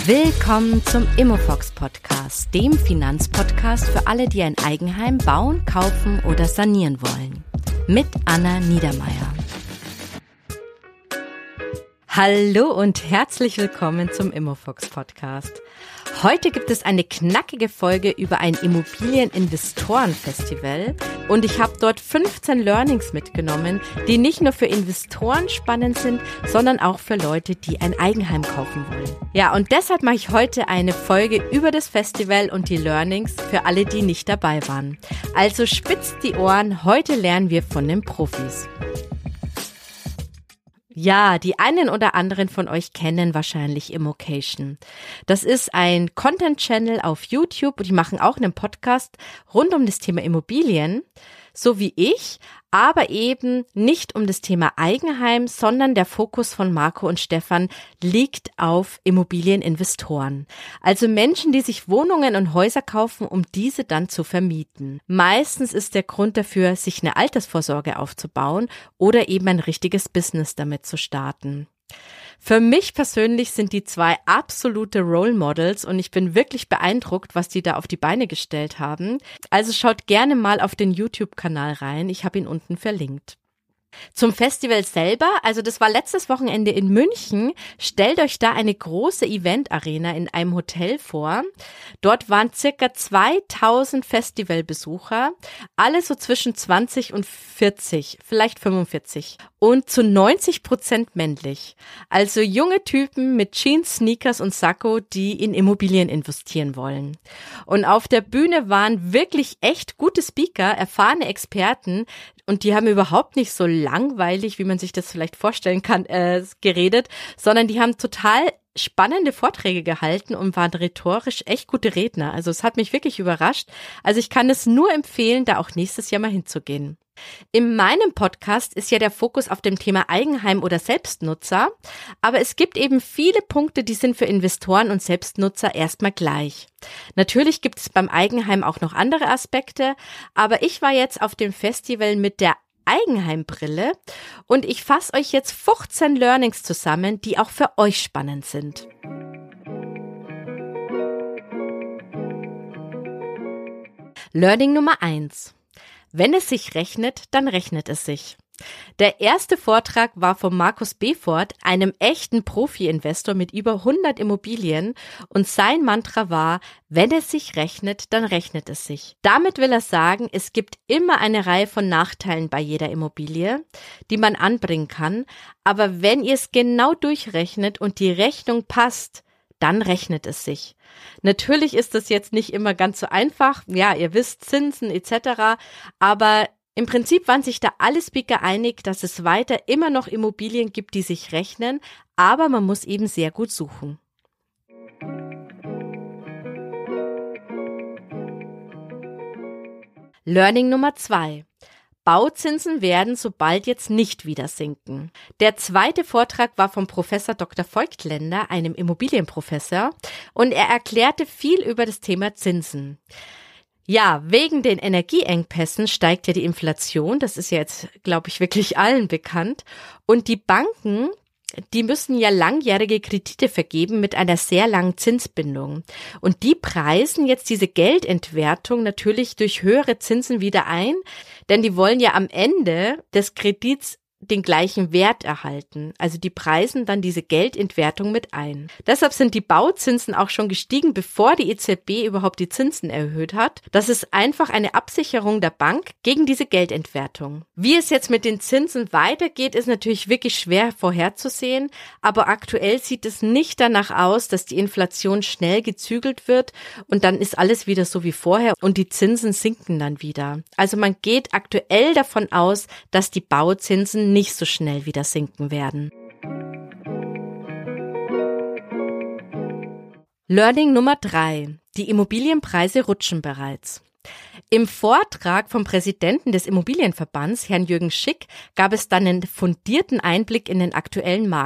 Willkommen zum Immofox Podcast, dem Finanzpodcast für alle, die ein Eigenheim bauen, kaufen oder sanieren wollen. Mit Anna Niedermeier. Hallo und herzlich willkommen zum Immofox Podcast. Heute gibt es eine knackige Folge über ein Immobilieninvestorenfestival und ich habe dort 15 Learnings mitgenommen, die nicht nur für Investoren spannend sind, sondern auch für Leute, die ein Eigenheim kaufen wollen. Ja, und deshalb mache ich heute eine Folge über das Festival und die Learnings für alle, die nicht dabei waren. Also spitzt die Ohren, heute lernen wir von den Profis. Ja, die einen oder anderen von euch kennen wahrscheinlich Immocation. Das ist ein Content-Channel auf YouTube und die machen auch einen Podcast rund um das Thema Immobilien, so wie ich, aber eben nicht um das Thema Eigenheim, sondern der Fokus von Marco und Stefan liegt auf Immobilieninvestoren. Also Menschen, die sich Wohnungen und Häuser kaufen, um diese dann zu vermieten. Meistens ist der Grund dafür, sich eine Altersvorsorge aufzubauen oder eben ein richtiges Business damit zu starten. Für mich persönlich sind die zwei absolute Role Models und ich bin wirklich beeindruckt, was die da auf die Beine gestellt haben. Also schaut gerne mal auf den YouTube-Kanal rein, ich habe ihn unten verlinkt. Zum Festival selber, also das war letztes Wochenende in München, stellt euch da eine große Event-Arena in einem Hotel vor. Dort waren circa 2000 Festivalbesucher, alle so zwischen 20 und 40, vielleicht 45 und zu 90% männlich. Also junge Typen mit Jeans, Sneakers und Sakko, die in Immobilien investieren wollen. Und auf der Bühne waren wirklich echt gute Speaker, erfahrene Experten, und die haben überhaupt nicht so langweilig, wie man sich das vielleicht vorstellen kann, geredet, sondern die haben total spannende Vorträge gehalten und waren rhetorisch echt gute Redner. Also es hat mich wirklich überrascht. Also ich kann es nur empfehlen, da auch nächstes Jahr mal hinzugehen. In meinem Podcast ist ja der Fokus auf dem Thema Eigenheim oder Selbstnutzer, aber es gibt eben viele Punkte, die sind für Investoren und Selbstnutzer erstmal gleich. Natürlich gibt es beim Eigenheim auch noch andere Aspekte, aber ich war jetzt auf dem Festival mit der Eigenheimbrille und ich fasse euch jetzt 15 Learnings zusammen, die auch für euch spannend sind. Learning Nummer 1. Wenn es sich rechnet, dann rechnet es sich. Der erste Vortrag war von Markus Befort, einem echten Profi-Investor mit über 100 Immobilien, und sein Mantra war: wenn es sich rechnet, dann rechnet es sich. Damit will er sagen, es gibt immer eine Reihe von Nachteilen bei jeder Immobilie, die man anbringen kann, aber wenn ihr es genau durchrechnet und die Rechnung passt, dann rechnet es sich. Natürlich ist das jetzt nicht immer ganz so einfach, ja, ihr wisst, Zinsen etc., aber im Prinzip waren sich da alle Speaker einig, dass es weiter immer noch Immobilien gibt, die sich rechnen, aber man muss eben sehr gut suchen. Learning Nummer 2. Bauzinsen werden so bald jetzt nicht wieder sinken. Der zweite Vortrag war vom Professor Dr. Voigtländer, einem Immobilienprofessor, und er erklärte viel über das Thema Zinsen. Ja, wegen den Energieengpässen steigt ja die Inflation, das ist ja jetzt, glaube ich, wirklich allen bekannt, und die Banken, die müssen ja langjährige Kredite vergeben mit einer sehr langen Zinsbindung. Und die preisen jetzt diese Geldentwertung natürlich durch höhere Zinsen wieder ein, denn die wollen ja am Ende des Kredits den gleichen Wert erhalten. Also die preisen dann diese Geldentwertung mit ein. Deshalb sind die Bauzinsen auch schon gestiegen, bevor die EZB überhaupt die Zinsen erhöht hat. Das ist einfach eine Absicherung der Bank gegen diese Geldentwertung. Wie es jetzt mit den Zinsen weitergeht, ist natürlich wirklich schwer vorherzusehen, aber aktuell sieht es nicht danach aus, dass die Inflation schnell gezügelt wird und dann ist alles wieder so wie vorher und die Zinsen sinken dann wieder. Also man geht aktuell davon aus, dass die Bauzinsen nicht so schnell wieder sinken werden. Learning Nummer 3. Die Immobilienpreise rutschen bereits. Im Vortrag vom Präsidenten des Immobilienverbands, Herrn Jürgen Schick, gab es dann einen fundierten Einblick in den aktuellen Markt.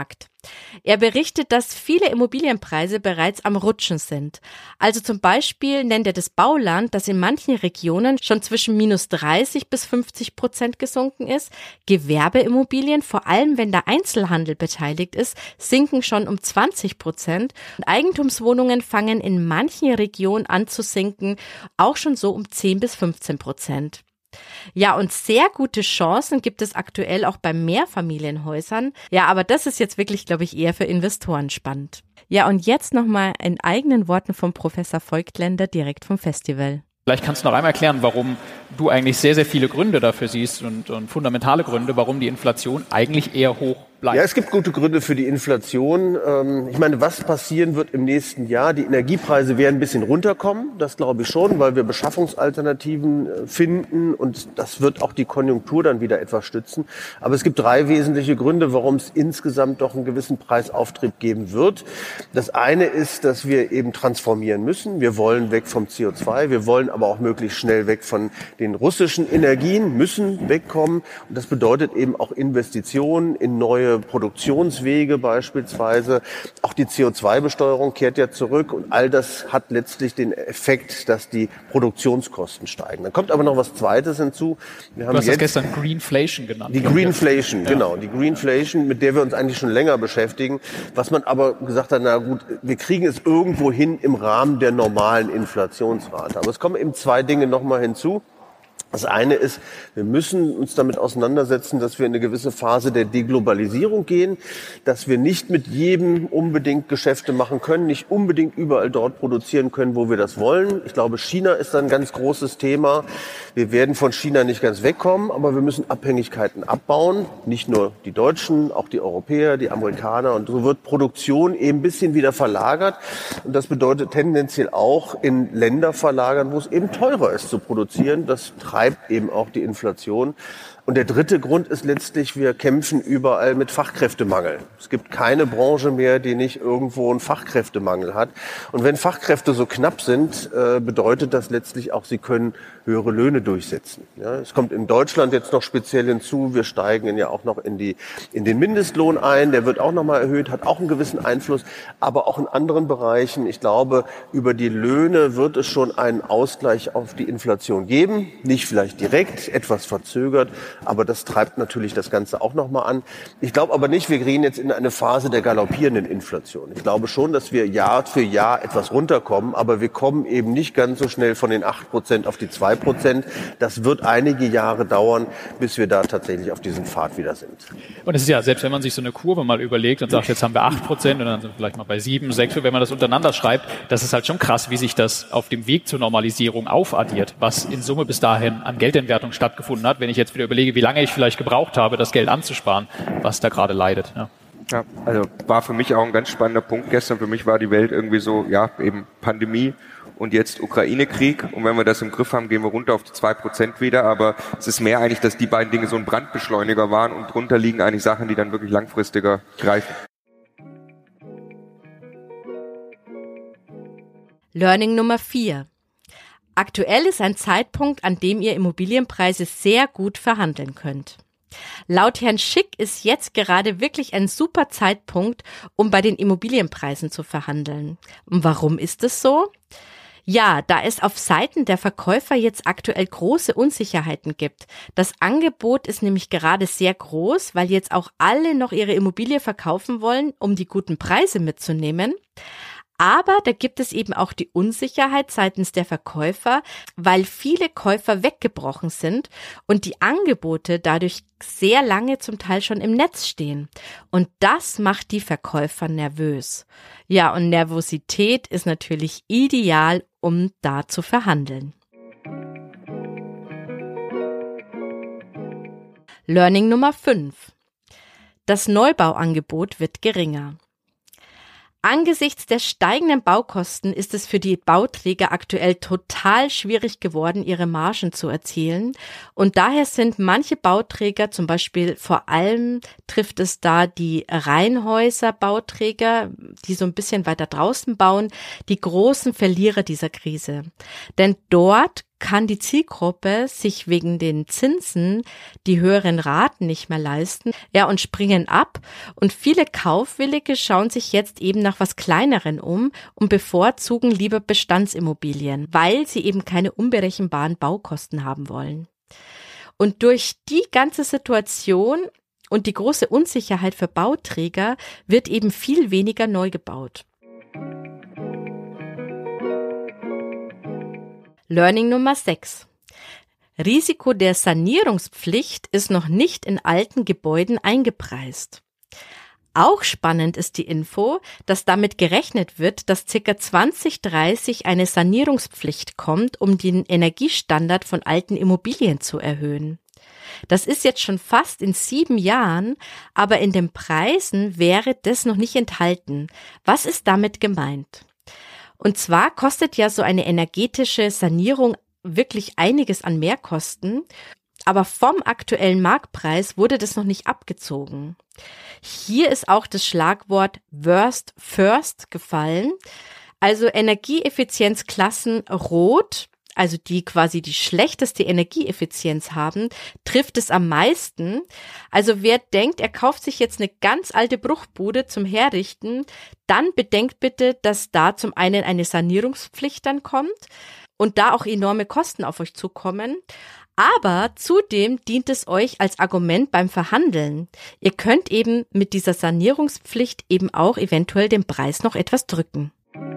Er berichtet, dass viele Immobilienpreise bereits am Rutschen sind. Also zum Beispiel nennt er das Bauland, das in manchen Regionen schon zwischen -30% bis 50% gesunken ist. Gewerbeimmobilien, vor allem wenn der Einzelhandel beteiligt ist, sinken schon um 20%. Und Eigentumswohnungen fangen in manchen Regionen an zu sinken, auch schon so um 10 bis 15%. Ja, und sehr gute Chancen gibt es aktuell auch bei Mehrfamilienhäusern. Ja, aber das ist jetzt wirklich, glaube ich, eher für Investoren spannend. Ja, und jetzt nochmal in eigenen Worten vom Professor Voigtländer direkt vom Festival. Vielleicht kannst du noch einmal erklären, warum du eigentlich sehr, sehr viele Gründe dafür siehst und fundamentale Gründe, warum die Inflation eigentlich eher hoch bleibt. Ja, es gibt gute Gründe für die Inflation. Ich meine, was passieren wird im nächsten Jahr? Die Energiepreise werden ein bisschen runterkommen, das glaube ich schon, weil wir Beschaffungsalternativen finden und das wird auch die Konjunktur dann wieder etwas stützen. Aber es gibt 3 wesentliche Gründe, warum es insgesamt doch einen gewissen Preisauftrieb geben wird. Das eine ist, dass wir eben transformieren müssen. Wir wollen weg vom CO2, wir wollen aber auch möglichst schnell weg von den russischen Energien, müssen wegkommen. Und das bedeutet eben auch Investitionen in neue Produktionswege beispielsweise. Auch die CO2-Besteuerung kehrt ja zurück und all das hat letztlich den Effekt, dass die Produktionskosten steigen. Dann kommt aber noch was Zweites hinzu. Du hast das gestern Greenflation genannt. Die Greenflation, genau. Die Greenflation, mit der wir uns eigentlich schon länger beschäftigen. Was man aber gesagt hat, na gut, wir kriegen es irgendwo hin im Rahmen der normalen Inflationsrate. Aber es kommen eben 2 Dinge nochmal hinzu. Das eine ist, wir müssen uns damit auseinandersetzen, dass wir in eine gewisse Phase der Deglobalisierung gehen, dass wir nicht mit jedem unbedingt Geschäfte machen können, nicht unbedingt überall dort produzieren können, wo wir das wollen. Ich glaube, China ist ein ganz großes Thema. Wir werden von China nicht ganz wegkommen, aber wir müssen Abhängigkeiten abbauen. Nicht nur die Deutschen, auch die Europäer, die Amerikaner. Und so wird Produktion eben ein bisschen wieder verlagert. Und das bedeutet tendenziell auch in Länder verlagern, wo es eben teurer ist zu produzieren. Das treibt eben auch die Inflation. Und der dritte Grund ist letztlich, wir kämpfen überall mit Fachkräftemangel. Es gibt keine Branche mehr, die nicht irgendwo einen Fachkräftemangel hat. Und wenn Fachkräfte so knapp sind, bedeutet das letztlich auch, sie können höhere Löhne durchsetzen. Ja, es kommt in Deutschland jetzt noch speziell hinzu, wir steigen ja auch noch in den Mindestlohn ein, der wird auch nochmal erhöht, hat auch einen gewissen Einfluss, aber auch in anderen Bereichen. Ich glaube, über die Löhne wird es schon einen Ausgleich auf die Inflation geben. Nicht vielleicht direkt, etwas verzögert, aber das treibt natürlich das Ganze auch nochmal an. Ich glaube aber nicht, wir gehen jetzt in eine Phase der galoppierenden Inflation. Ich glaube schon, dass wir Jahr für Jahr etwas runterkommen, aber wir kommen eben nicht ganz so schnell von den 8% auf die 2%. Das wird einige Jahre dauern, bis wir da tatsächlich auf diesem Pfad wieder sind. Und es ist ja, selbst wenn man sich so eine Kurve mal überlegt und sagt, jetzt haben wir 8% und dann sind wir vielleicht mal bei 7, 6, wenn man das untereinander schreibt, das ist halt schon krass, wie sich das auf dem Weg zur Normalisierung aufaddiert, was in Summe bis dahin an Geldentwertung stattgefunden hat. Wenn ich jetzt wieder überlege, wie lange ich vielleicht gebraucht habe, das Geld anzusparen, was da gerade leidet. Ja. Ja, also war für mich auch ein ganz spannender Punkt gestern. Für mich war die Welt irgendwie so, ja, eben Pandemie und jetzt Ukraine-Krieg. Und wenn wir das im Griff haben, gehen wir runter auf die 2% wieder. Aber es ist mehr eigentlich, dass die beiden Dinge so ein Brandbeschleuniger waren und drunter liegen eigentlich Sachen, die dann wirklich langfristiger greifen. Learning Nummer 4. Aktuell ist ein Zeitpunkt, an dem ihr Immobilienpreise sehr gut verhandeln könnt. Laut Herrn Schick ist jetzt gerade wirklich ein super Zeitpunkt, um bei den Immobilienpreisen zu verhandeln. Und warum ist es so? Ja, da es auf Seiten der Verkäufer jetzt aktuell große Unsicherheiten gibt. Das Angebot ist nämlich gerade sehr groß, weil jetzt auch alle noch ihre Immobilie verkaufen wollen, um die guten Preise mitzunehmen. Aber da gibt es eben auch die Unsicherheit seitens der Verkäufer, weil viele Käufer weggebrochen sind und die Angebote dadurch sehr lange zum Teil schon im Netz stehen. Und das macht die Verkäufer nervös. Ja, und Nervosität ist natürlich ideal, um da zu verhandeln. Learning Nummer 5. Das Neubauangebot wird geringer. Angesichts der steigenden Baukosten ist es für die Bauträger aktuell total schwierig geworden, ihre Margen zu erzielen. Und daher sind manche Bauträger, zum Beispiel vor allem trifft es da die Reihenhäuser-Bauträger, die so ein bisschen weiter draußen bauen, die großen Verlierer dieser Krise. Denn dort kann die Zielgruppe sich wegen den Zinsen die höheren Raten nicht mehr leisten, ja, und springen ab. Und viele Kaufwillige schauen sich jetzt eben nach was Kleineren um und bevorzugen lieber Bestandsimmobilien, weil sie eben keine unberechenbaren Baukosten haben wollen. Und durch die ganze Situation und die große Unsicherheit für Bauträger wird eben viel weniger neu gebaut. Learning Nummer 6. Risiko der Sanierungspflicht ist noch nicht in alten Gebäuden eingepreist. Auch spannend ist die Info, dass damit gerechnet wird, dass ca. 2030 eine Sanierungspflicht kommt, um den Energiestandard von alten Immobilien zu erhöhen. Das ist jetzt schon fast in 7 Jahren, aber in den Preisen wäre das noch nicht enthalten. Was ist damit gemeint? Und zwar kostet ja so eine energetische Sanierung wirklich einiges an Mehrkosten, aber vom aktuellen Marktpreis wurde das noch nicht abgezogen. Hier ist auch das Schlagwort Worst First gefallen, also Energieeffizienzklassen Rot, also die quasi die schlechteste Energieeffizienz haben, trifft es am meisten. Also wer denkt, er kauft sich jetzt eine ganz alte Bruchbude zum Herrichten, dann bedenkt bitte, dass da zum einen eine Sanierungspflicht dann kommt und da auch enorme Kosten auf euch zukommen. Aber zudem dient es euch als Argument beim Verhandeln. Ihr könnt eben mit dieser Sanierungspflicht eben auch eventuell den Preis noch etwas drücken.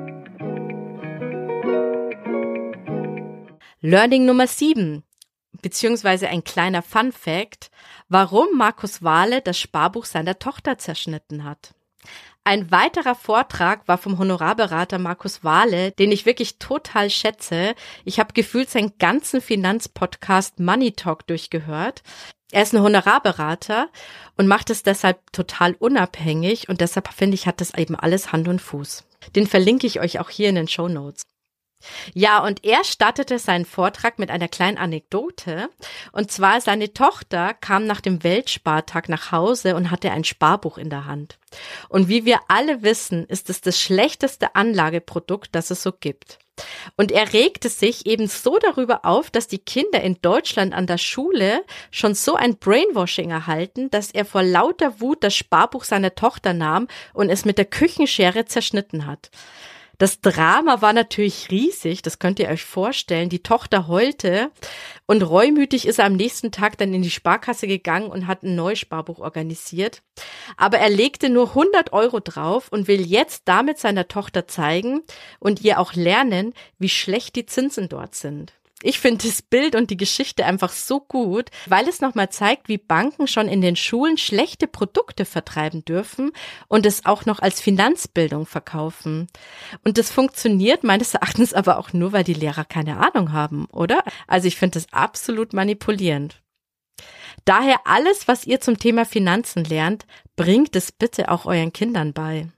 Learning Nummer 7, beziehungsweise ein kleiner Fun-Fact, warum Markus Wahle das Sparbuch seiner Tochter zerschnitten hat. Ein weiterer Vortrag war vom Honorarberater Markus Wahle, den ich wirklich total schätze. Ich habe gefühlt seinen ganzen Finanzpodcast Money Talk durchgehört. Er ist ein Honorarberater und macht es deshalb total unabhängig und deshalb finde ich, hat das eben alles Hand und Fuß. Den verlinke ich euch auch hier in den Shownotes. Ja, und er startete seinen Vortrag mit einer kleinen Anekdote. Und zwar, seine Tochter kam nach dem Weltspartag nach Hause und hatte ein Sparbuch in der Hand. Und wie wir alle wissen, ist es das schlechteste Anlageprodukt, das es so gibt. Und er regte sich eben so darüber auf, dass die Kinder in Deutschland an der Schule schon so ein Brainwashing erhalten, dass er vor lauter Wut das Sparbuch seiner Tochter nahm und es mit der Küchenschere zerschnitten hat. Das Drama war natürlich riesig, das könnt ihr euch vorstellen. Die Tochter heulte und reumütig ist er am nächsten Tag dann in die Sparkasse gegangen und hat ein neues Sparbuch organisiert. Aber er legte nur 100 € drauf und will jetzt damit seiner Tochter zeigen und ihr auch lernen, wie schlecht die Zinsen dort sind. Ich finde das Bild und die Geschichte einfach so gut, weil es nochmal zeigt, wie Banken schon in den Schulen schlechte Produkte vertreiben dürfen und es auch noch als Finanzbildung verkaufen. Und das funktioniert meines Erachtens aber auch nur, weil die Lehrer keine Ahnung haben, oder? Also ich finde das absolut manipulierend. Daher alles, was ihr zum Thema Finanzen lernt, bringt es bitte auch euren Kindern bei.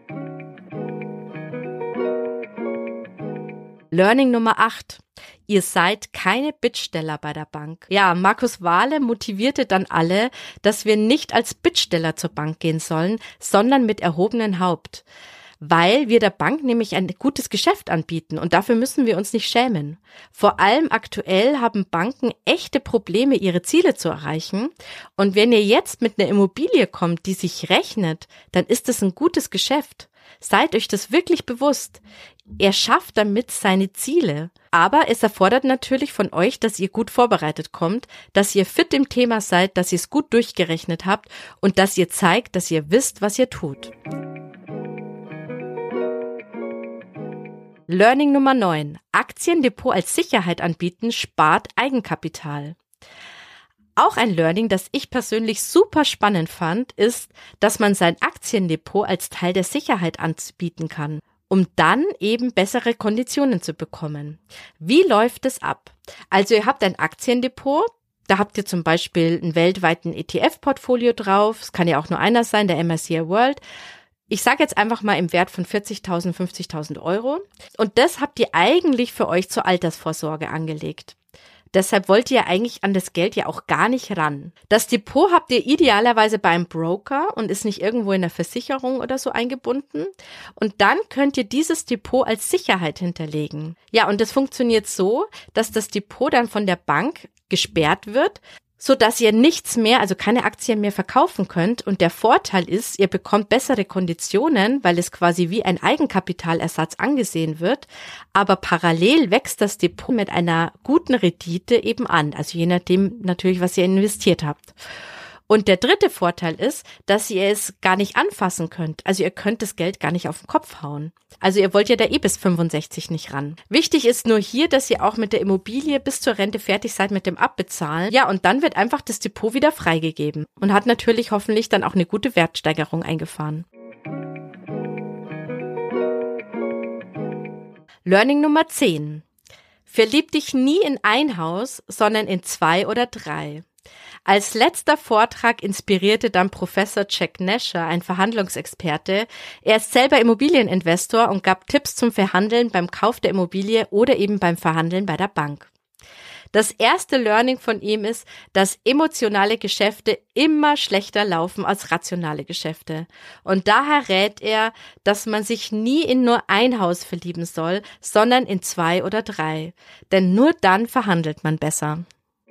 Learning Nummer 8. Ihr seid keine Bittsteller bei der Bank. Ja, Markus Wahle motivierte dann alle, dass wir nicht als Bittsteller zur Bank gehen sollen, sondern mit erhobenem Haupt. Weil wir der Bank nämlich ein gutes Geschäft anbieten und dafür müssen wir uns nicht schämen. Vor allem aktuell haben Banken echte Probleme, ihre Ziele zu erreichen. Und wenn ihr jetzt mit einer Immobilie kommt, die sich rechnet, dann ist es ein gutes Geschäft. Seid euch das wirklich bewusst. Er schafft damit seine Ziele. Aber es erfordert natürlich von euch, dass ihr gut vorbereitet kommt, dass ihr fit im Thema seid, dass ihr es gut durchgerechnet habt und dass ihr zeigt, dass ihr wisst, was ihr tut. Learning Nummer 9. Aktiendepot als Sicherheit anbieten spart Eigenkapital. Auch ein Learning, das ich persönlich super spannend fand, ist, dass man sein Aktiendepot als Teil der Sicherheit anbieten kann, um dann eben bessere Konditionen zu bekommen. Wie läuft es ab? Also ihr habt ein Aktiendepot, da habt ihr zum Beispiel einen weltweiten ETF-Portfolio drauf, es kann ja auch nur einer sein, der MSCI World. Ich sage jetzt einfach mal im Wert von 40.000, 50.000 €. Und das habt ihr eigentlich für euch zur Altersvorsorge angelegt. Deshalb wollt ihr eigentlich an das Geld ja auch gar nicht ran. Das Depot habt ihr idealerweise beim Broker und ist nicht irgendwo in der Versicherung oder so eingebunden. Und dann könnt ihr dieses Depot als Sicherheit hinterlegen. Ja, und das funktioniert so, dass das Depot dann von der Bank gesperrt wird, so dass ihr nichts mehr, also keine Aktien mehr verkaufen könnt. Und der Vorteil ist, ihr bekommt bessere Konditionen, weil es quasi wie ein Eigenkapitalersatz angesehen wird. Aber parallel wächst das Depot mit einer guten Rendite eben an. Also je nachdem natürlich, was ihr investiert habt. Und der dritte Vorteil ist, dass ihr es gar nicht anfassen könnt. Also ihr könnt das Geld gar nicht auf den Kopf hauen. Also ihr wollt ja da bis 65 nicht ran. Wichtig ist nur hier, dass ihr auch mit der Immobilie bis zur Rente fertig seid mit dem Abbezahlen. Ja, und dann wird einfach das Depot wieder freigegeben und hat natürlich hoffentlich dann auch eine gute Wertsteigerung eingefahren. Learning Nummer 10. Verlieb dich nie in ein Haus, sondern in 2 oder 3. Als letzter Vortrag inspirierte dann Professor Jack Nasher, ein Verhandlungsexperte. Er ist selber Immobilieninvestor und gab Tipps zum Verhandeln beim Kauf der Immobilie oder eben beim Verhandeln bei der Bank. Das erste Learning von ihm ist, dass emotionale Geschäfte immer schlechter laufen als rationale Geschäfte. Und daher rät er, dass man sich nie in nur ein Haus verlieben soll, sondern in 2 oder 3. Denn nur dann verhandelt man besser.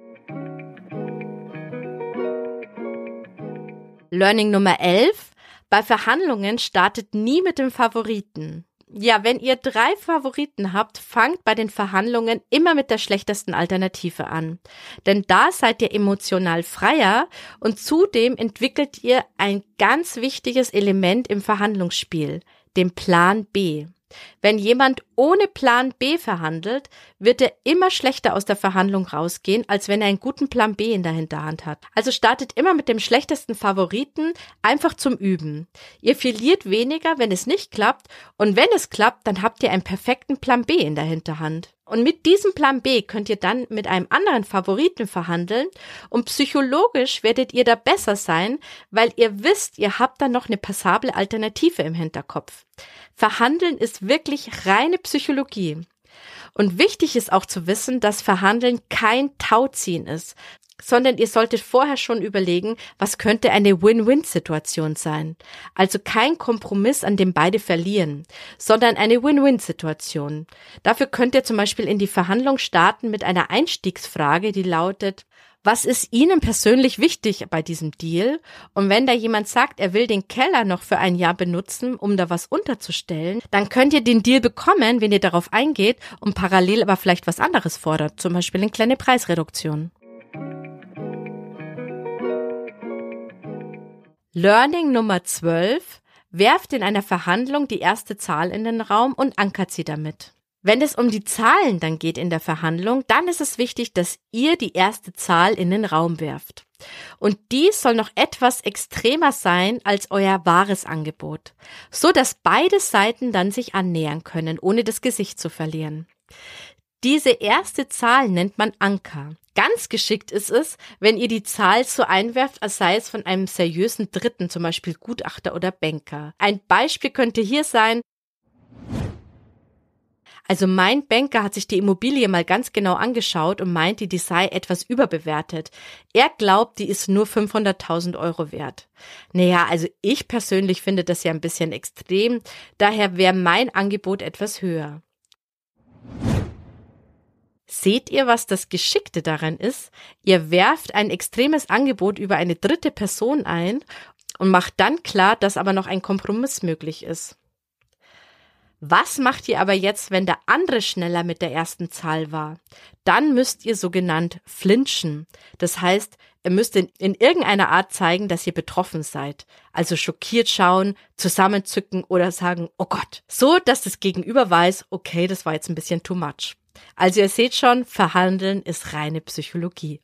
Learning Nummer 11. Bei Verhandlungen startet nie mit dem Favoriten. Ja, wenn ihr 3 Favoriten habt, fangt bei den Verhandlungen immer mit der schlechtesten Alternative an. Denn da seid ihr emotional freier und zudem entwickelt ihr ein ganz wichtiges Element im Verhandlungsspiel, den Plan B. Wenn jemand ohne Plan B verhandelt, wird er immer schlechter aus der Verhandlung rausgehen, als wenn er einen guten Plan B in der Hinterhand hat. Also startet immer mit dem schlechtesten Favoriten, einfach zum Üben. Ihr verliert weniger, wenn es nicht klappt, und wenn es klappt, dann habt ihr einen perfekten Plan B in der Hinterhand. Und mit diesem Plan B könnt ihr dann mit einem anderen Favoriten verhandeln und psychologisch werdet ihr da besser sein, weil ihr wisst, ihr habt dann noch eine passable Alternative im Hinterkopf. Verhandeln ist wirklich reine Psychologie. Und wichtig ist auch zu wissen, dass Verhandeln kein Tauziehen ist, sondern ihr solltet vorher schon überlegen, was könnte eine Win-Win-Situation sein. Also kein Kompromiss, an dem beide verlieren, sondern eine Win-Win-Situation. Dafür könnt ihr zum Beispiel in die Verhandlung starten mit einer Einstiegsfrage, die lautet: Was ist Ihnen persönlich wichtig bei diesem Deal? Und wenn da jemand sagt, er will den Keller noch für ein Jahr benutzen, um da was unterzustellen, dann könnt ihr den Deal bekommen, wenn ihr darauf eingeht und parallel aber vielleicht was anderes fordert, zum Beispiel eine kleine Preisreduktion. Learning Nummer 12. Werft in einer Verhandlung die erste Zahl in den Raum und ankert sie damit. Wenn es um die Zahlen dann geht in der Verhandlung, dann ist es wichtig, dass ihr die erste Zahl in den Raum werft. Und dies soll noch etwas extremer sein als euer wahres Angebot, so dass beide Seiten dann sich annähern können, ohne das Gesicht zu verlieren. Diese erste Zahl nennt man Anker. Ganz geschickt ist es, wenn ihr die Zahl so einwerft, als sei es von einem seriösen Dritten, zum Beispiel Gutachter oder Banker. Ein Beispiel könnte hier sein: Also mein Banker hat sich die Immobilie mal ganz genau angeschaut und meinte, die sei etwas überbewertet. Er glaubt, die ist nur 500.000 € wert. Naja, also ich persönlich finde das ja ein bisschen extrem, daher wäre mein Angebot etwas höher. Seht ihr, was das Geschickte daran ist? Ihr werft ein extremes Angebot über eine dritte Person ein und macht dann klar, dass aber noch ein Kompromiss möglich ist. Was macht ihr aber jetzt, wenn der andere schneller mit der ersten Zahl war? Dann müsst ihr sogenannt flinchen. Das heißt, ihr müsst in irgendeiner Art zeigen, dass ihr betroffen seid. Also schockiert schauen, zusammenzücken oder sagen, oh Gott. So, dass das Gegenüber weiß, okay, das war jetzt ein bisschen too much. Also ihr seht schon, Verhandeln ist reine Psychologie.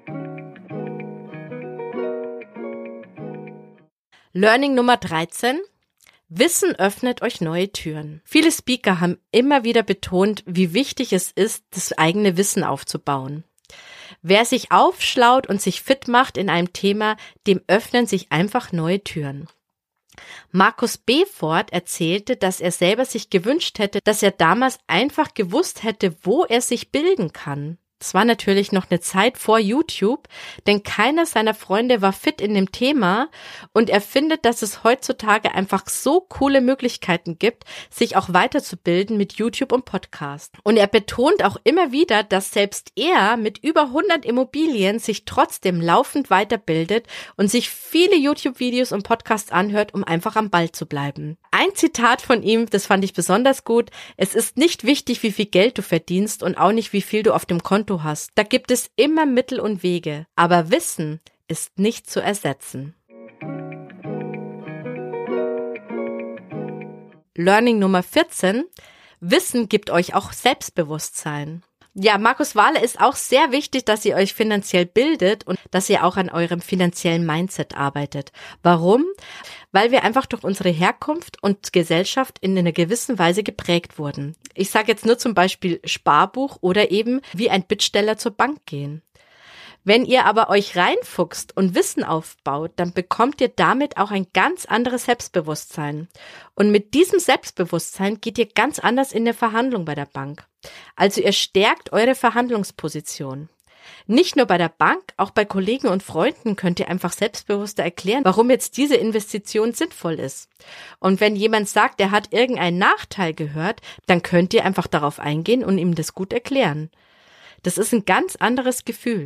Learning Nummer 13. Wissen öffnet euch neue Türen. Viele Speaker haben immer wieder betont, wie wichtig es ist, das eigene Wissen aufzubauen. Wer sich aufschlaut und sich fit macht in einem Thema, dem öffnen sich einfach neue Türen. Markus Befort erzählte, dass er selber sich gewünscht hätte, dass er damals einfach gewusst hätte, wo er sich bilden kann. Es war natürlich noch eine Zeit vor YouTube, denn keiner seiner Freunde war fit in dem Thema und er findet, dass es heutzutage einfach so coole Möglichkeiten gibt, sich auch weiterzubilden mit YouTube und Podcast. Und er betont auch immer wieder, dass selbst er mit über 100 Immobilien sich trotzdem laufend weiterbildet und sich viele YouTube-Videos und Podcasts anhört, um einfach am Ball zu bleiben. Ein Zitat von ihm, das fand ich besonders gut: Es ist nicht wichtig, wie viel Geld du verdienst und auch nicht, wie viel du auf dem Konto hast. Da gibt es immer Mittel und Wege. Aber Wissen ist nicht zu ersetzen. Learning Nummer 14. Wissen gibt euch auch Selbstbewusstsein. Ja, Markus Wahler ist auch sehr wichtig, dass ihr euch finanziell bildet und dass ihr auch an eurem finanziellen Mindset arbeitet. Warum? Weil wir einfach durch unsere Herkunft und Gesellschaft in einer gewissen Weise geprägt wurden. Ich sage jetzt nur zum Beispiel Sparbuch oder eben wie ein Bittsteller zur Bank gehen. Wenn ihr aber euch reinfuchst und Wissen aufbaut, dann bekommt ihr damit auch ein ganz anderes Selbstbewusstsein. Und mit diesem Selbstbewusstsein geht ihr ganz anders in der Verhandlung bei der Bank. Also ihr stärkt eure Verhandlungsposition. Nicht nur bei der Bank, auch bei Kollegen und Freunden könnt ihr einfach selbstbewusster erklären, warum jetzt diese Investition sinnvoll ist. Und wenn jemand sagt, er hat irgendeinen Nachteil gehört, dann könnt ihr einfach darauf eingehen und ihm das gut erklären. Das ist ein ganz anderes Gefühl.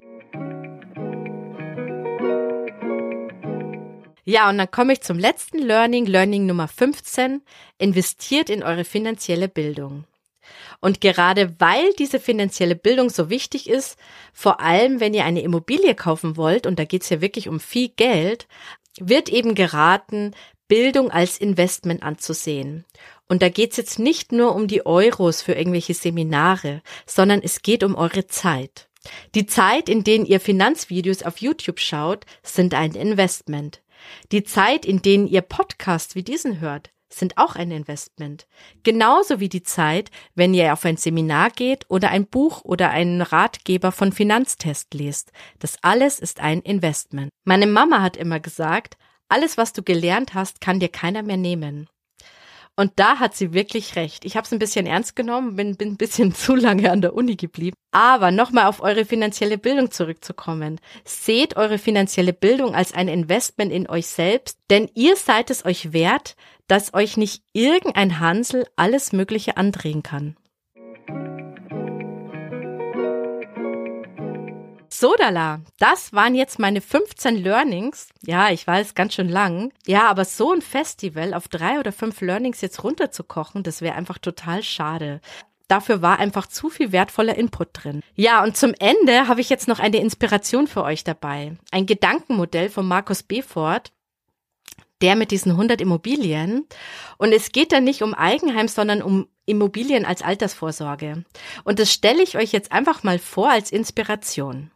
Ja, und dann komme ich zum letzten Learning Nummer 15. Investiert in eure finanzielle Bildung. Und gerade weil diese finanzielle Bildung so wichtig ist, vor allem wenn ihr eine Immobilie kaufen wollt, und da geht es ja wirklich um viel Geld, wird eben geraten, Bildung als Investment anzusehen. Und da geht es jetzt nicht nur um die Euros für irgendwelche Seminare, sondern es geht um eure Zeit. Die Zeit, in denen ihr Finanzvideos auf YouTube schaut, sind ein Investment. Die Zeit, in denen ihr Podcasts wie diesen hört, sind auch ein Investment. Genauso wie die Zeit, wenn ihr auf ein Seminar geht oder ein Buch oder einen Ratgeber von Finanztest lest. Das alles ist ein Investment. Meine Mama hat immer gesagt, alles, was du gelernt hast, kann dir keiner mehr nehmen. Und da hat sie wirklich recht. Ich habe es ein bisschen ernst genommen, bin ein bisschen zu lange an der Uni geblieben. Aber nochmal auf eure finanzielle Bildung zurückzukommen. Seht eure finanzielle Bildung als ein Investment in euch selbst, denn ihr seid es euch wert, dass euch nicht irgendein Hansel alles Mögliche andrehen kann. Sodala, das waren jetzt meine 15 Learnings. Ja, ich weiß, ganz schön lang. Ja, aber so ein Festival auf 3 oder 5 Learnings jetzt runterzukochen, das wäre einfach total schade. Dafür war einfach zu viel wertvoller Input drin. Ja, und zum Ende habe ich jetzt noch eine Inspiration für euch dabei. Ein Gedankenmodell von Markus Befort, der mit diesen 100 Immobilien. Und es geht da nicht um Eigenheim, sondern um Immobilien als Altersvorsorge. Und das stelle ich euch jetzt einfach mal vor als Inspiration.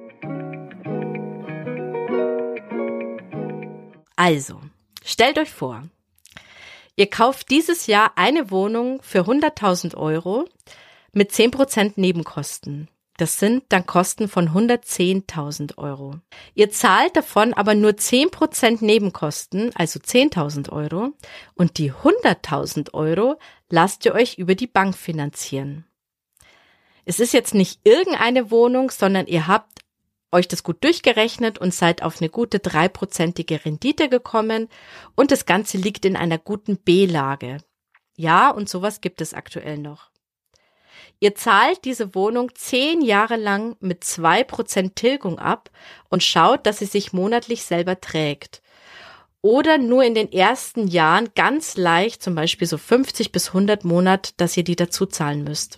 Also, stellt euch vor, ihr kauft dieses Jahr eine Wohnung für 100.000 Euro mit 10% Nebenkosten. Das sind dann Kosten von 110.000 Euro. Ihr zahlt davon aber nur 10% Nebenkosten, also 10.000 Euro, und die 100.000 Euro lasst ihr euch über die Bank finanzieren. Es ist jetzt nicht irgendeine Wohnung, sondern ihr habt euch das gut durchgerechnet und seid auf eine gute 3%ige Rendite gekommen und das Ganze liegt in einer guten B-Lage. Ja, und sowas gibt es aktuell noch. Ihr zahlt diese Wohnung 10 Jahre lang mit 2% Tilgung ab und schaut, dass sie sich monatlich selber trägt. Oder nur in den ersten Jahren ganz leicht, zum Beispiel so 50 bis 100 Monat, dass ihr die dazu zahlen müsst.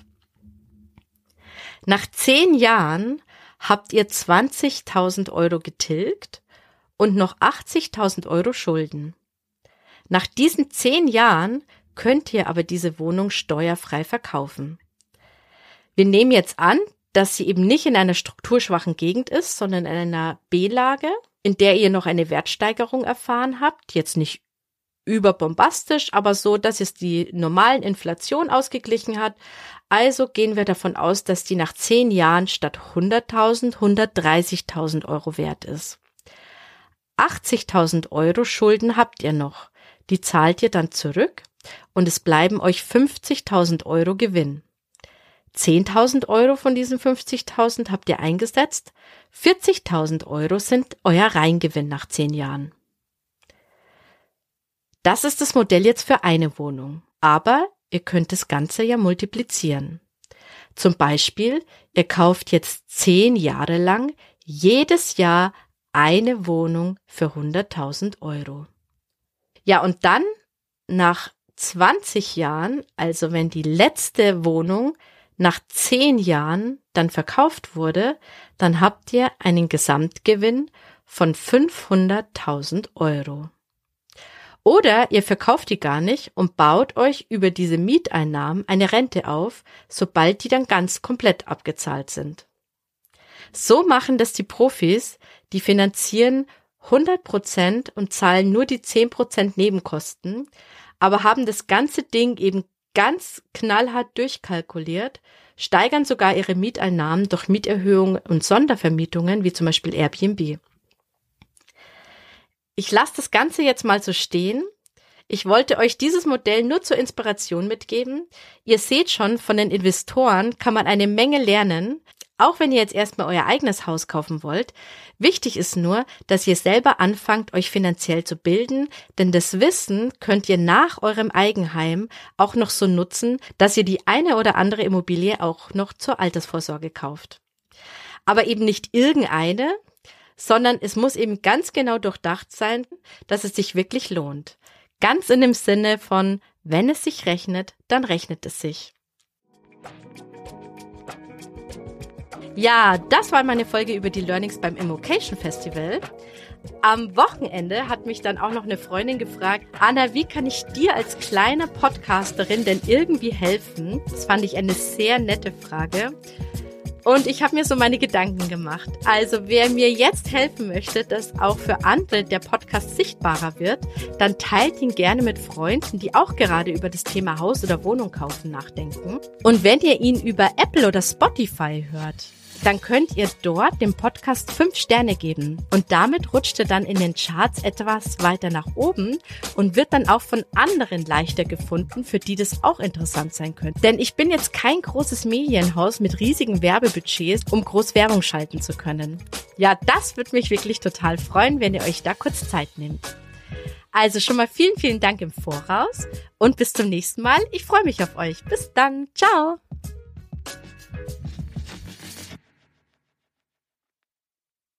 Nach 10 Jahren habt ihr 20.000 Euro getilgt und noch 80.000 Euro Schulden. Nach diesen 10 Jahren könnt ihr aber diese Wohnung steuerfrei verkaufen. Wir nehmen jetzt an, dass sie eben nicht in einer strukturschwachen Gegend ist, sondern in einer B-Lage, in der ihr noch eine Wertsteigerung erfahren habt, jetzt nicht überbombastisch, aber so, dass es die normalen Inflation ausgeglichen hat. Also gehen wir davon aus, dass die nach 10 Jahren statt 100.000 130.000 Euro wert ist. 80.000 Euro Schulden habt ihr noch. Die zahlt ihr dann zurück und es bleiben euch 50.000 Euro Gewinn. 10.000 Euro von diesen 50.000 habt ihr eingesetzt. 40.000 Euro sind euer Reingewinn nach 10 Jahren. Das ist das Modell jetzt für eine Wohnung. Aber ihr könnt das Ganze ja multiplizieren. Zum Beispiel, ihr kauft jetzt 10 Jahre lang jedes Jahr eine Wohnung für 100.000 Euro. Ja, und dann nach 20 Jahren, also wenn die letzte Wohnung nach 10 Jahren dann verkauft wurde, dann habt ihr einen Gesamtgewinn von 500.000 Euro. Oder ihr verkauft die gar nicht und baut euch über diese Mieteinnahmen eine Rente auf, sobald die dann ganz komplett abgezahlt sind. So machen das die Profis, die finanzieren 100% und zahlen nur die 10% Nebenkosten, aber haben das ganze Ding eben ganz knallhart durchkalkuliert, steigern sogar ihre Mieteinnahmen durch Mieterhöhungen und Sondervermietungen, wie zum Beispiel Airbnb. Ich lasse das Ganze jetzt mal so stehen. Ich wollte euch dieses Modell nur zur Inspiration mitgeben. Ihr seht schon, von den Investoren kann man eine Menge lernen, auch wenn ihr jetzt erstmal euer eigenes Haus kaufen wollt. Wichtig ist nur, dass ihr selber anfangt, euch finanziell zu bilden, denn das Wissen könnt ihr nach eurem Eigenheim auch noch so nutzen, dass ihr die eine oder andere Immobilie auch noch zur Altersvorsorge kauft. Aber eben nicht irgendeine, sondern es muss eben ganz genau durchdacht sein, dass es sich wirklich lohnt. Ganz in dem Sinne von, wenn es sich rechnet, dann rechnet es sich. Ja, das war meine Folge über die Learnings beim Immocation Festival. Am Wochenende hat mich dann auch noch eine Freundin gefragt, Anna, wie kann ich dir als kleine Podcasterin denn irgendwie helfen? Das fand ich eine sehr nette Frage. Und ich habe mir so meine Gedanken gemacht. Also wer mir jetzt helfen möchte, dass auch für andere der Podcast sichtbarer wird, dann teilt ihn gerne mit Freunden, die auch gerade über das Thema Haus oder Wohnung kaufen nachdenken. Und wenn ihr ihn über Apple oder Spotify hört, dann könnt ihr dort dem Podcast 5 Sterne geben. Und damit rutscht er dann in den Charts etwas weiter nach oben und wird dann auch von anderen leichter gefunden, für die das auch interessant sein könnte. Denn ich bin jetzt kein großes Medienhaus mit riesigen Werbebudgets, um groß Werbung schalten zu können. Ja, das würde mich wirklich total freuen, wenn ihr euch da kurz Zeit nehmt. Also schon mal vielen, vielen Dank im Voraus und bis zum nächsten Mal. Ich freue mich auf euch. Bis dann. Ciao.